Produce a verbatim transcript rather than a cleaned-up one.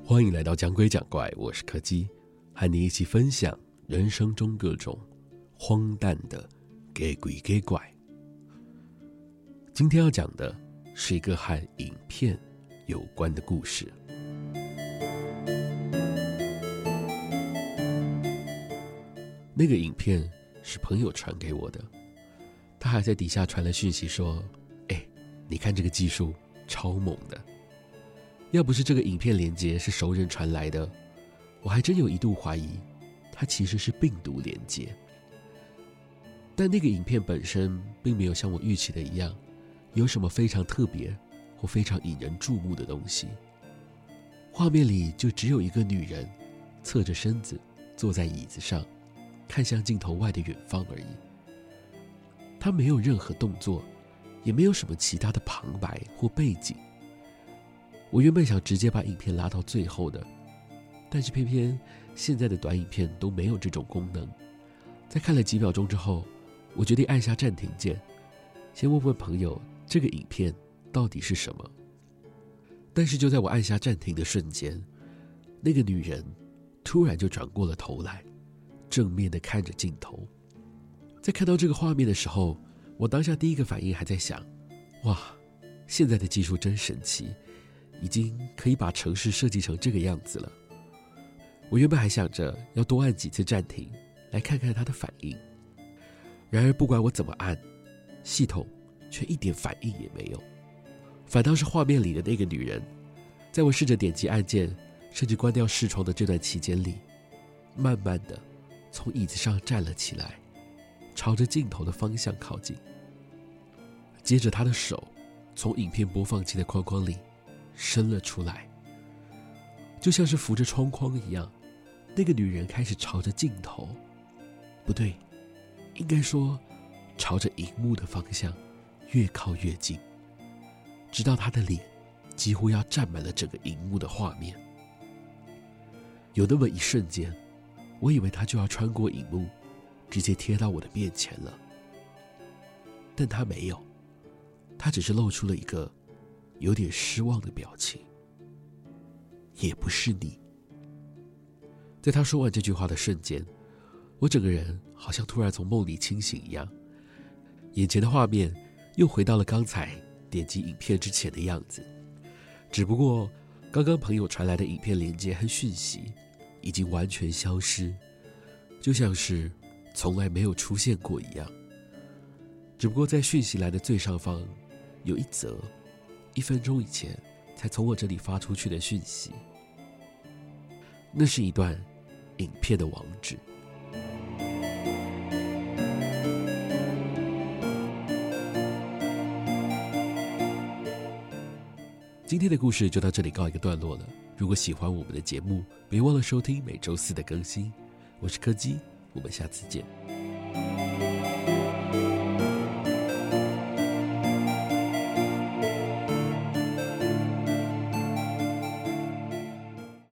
欢迎来到讲鬼讲怪，我是柯基，和你一起分享人生中各种荒诞的给鬼给怪。今天要讲的是一个和影片有关的故事。那个影片是朋友传给我的，他还在底下传了讯息说，哎，你看这个技术超猛的。要不是这个影片连结是熟人传来的，我还真有一度怀疑它其实是病毒连结。但那个影片本身并没有像我预期的一样有什么非常特别或非常引人注目的东西。画面里就只有一个女人侧着身子坐在椅子上，看向镜头外的远方而已。她没有任何动作，也没有什么其他的旁白或背景。我原本想直接把影片拉到最后的，但是偏偏现在的短影片都没有这种功能。在看了几秒钟之后，我决定按下暂停键，先问问朋友这个影片到底是什么。但是就在我按下暂停的瞬间，那个女人突然就转过了头来，正面的看着镜头。在看到这个画面的时候，我当下第一个反应还在想，哇，现在的技术真神奇，已经可以把程式设计成这个样子了。我原本还想着要多按几次暂停，来看看它的反应。然而不管我怎么按，系统却一点反应也没有。反倒是画面里的那个女人，在我试着点击按键，甚至关掉视窗的这段期间里，慢慢的从椅子上站了起来，朝着镜头的方向靠近。接着她的手从影片播放器的框框里伸了出来，就像是扶着窗框一样，那个女人开始朝着镜头，不对，应该说朝着荧幕的方向越靠越近，直到她的脸几乎要占满了整个荧幕的画面。有那么一瞬间，我以为她就要穿过荧幕，直接贴到我的面前了，但她没有，她只是露出了一个有点失望的表情。也不是你。在他说完这句话的瞬间，我整个人好像突然从梦里清醒一样，眼前的画面又回到了刚才点击影片之前的样子，只不过刚刚朋友传来的影片连接和讯息已经完全消失，就像是从来没有出现过一样。只不过在讯息栏的最上方有一则一分钟以前才从我这里发出去的讯息，那是一段影片的网址。今天的故事就到这里告一个段落了。如果喜欢我们的节目，别忘了收听每周四的更新。我是柯基，我们下次见。